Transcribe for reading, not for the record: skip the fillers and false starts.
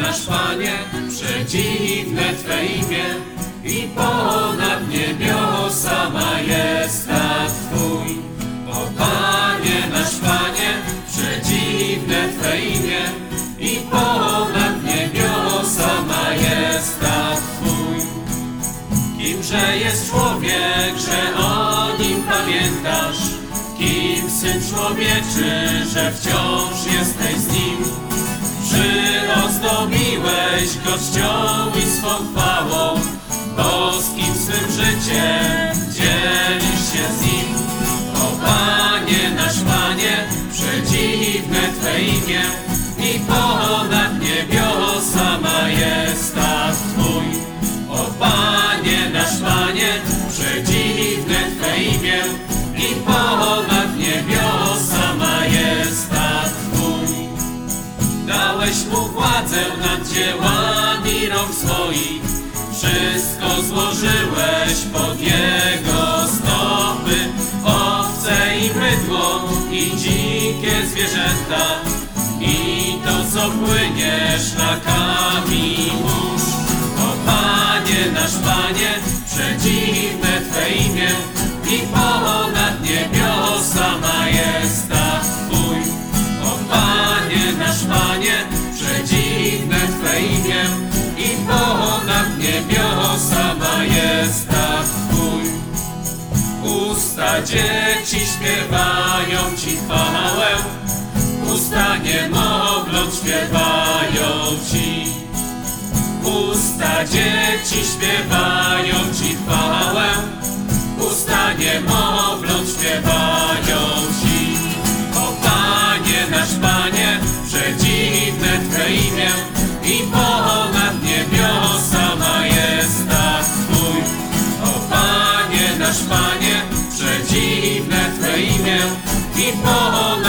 nasz Panie, przedziwne Twe imię i ponad niebiosa majestat Twój. O Panie, nasz Panie, przedziwne Twe imię i ponad niebiosa majestat Twój. Kimże jest człowiek, że o nim pamiętasz? Kim Syn Człowieczy, że wciąż jesteś z nim? Przyozdobiłeś go czcią i swą chwałą, boskim swym życiem dzielisz się z nim. O Panie, nasz Panie, przedziwne Twe imię i ponad niebiosa majestat Twój. O Panie, nasz Panie, przedziwne Twe imię i ponad niebiosa majestat Twój. Dałeś mu władzę nad dziełami rąk swoich, wszystko złożyłeś pod jego stopy. Owce i bydło i dzikie zwierzęta i to, co płynie szlakami mórz. O Panie, nasz Panie, przedziwne Twe imię i ponad niebiosa majestat Twój. O Panie, nasz Panie, przedziwne Twe imię i ponad niebiosa majestat Twój. Usta dzieci śpiewają Ci chwałę, usta niemowląt śpiewają Ci. Usta dzieci śpiewają Ci chwałę, usta niemowląt śpiewają Ci. O Panie, nasz Panie, przedziwne Twe imię i ponad niebiosa majestat Twój. O Panie, nasz Panie, przedziwne Twe imię i ponad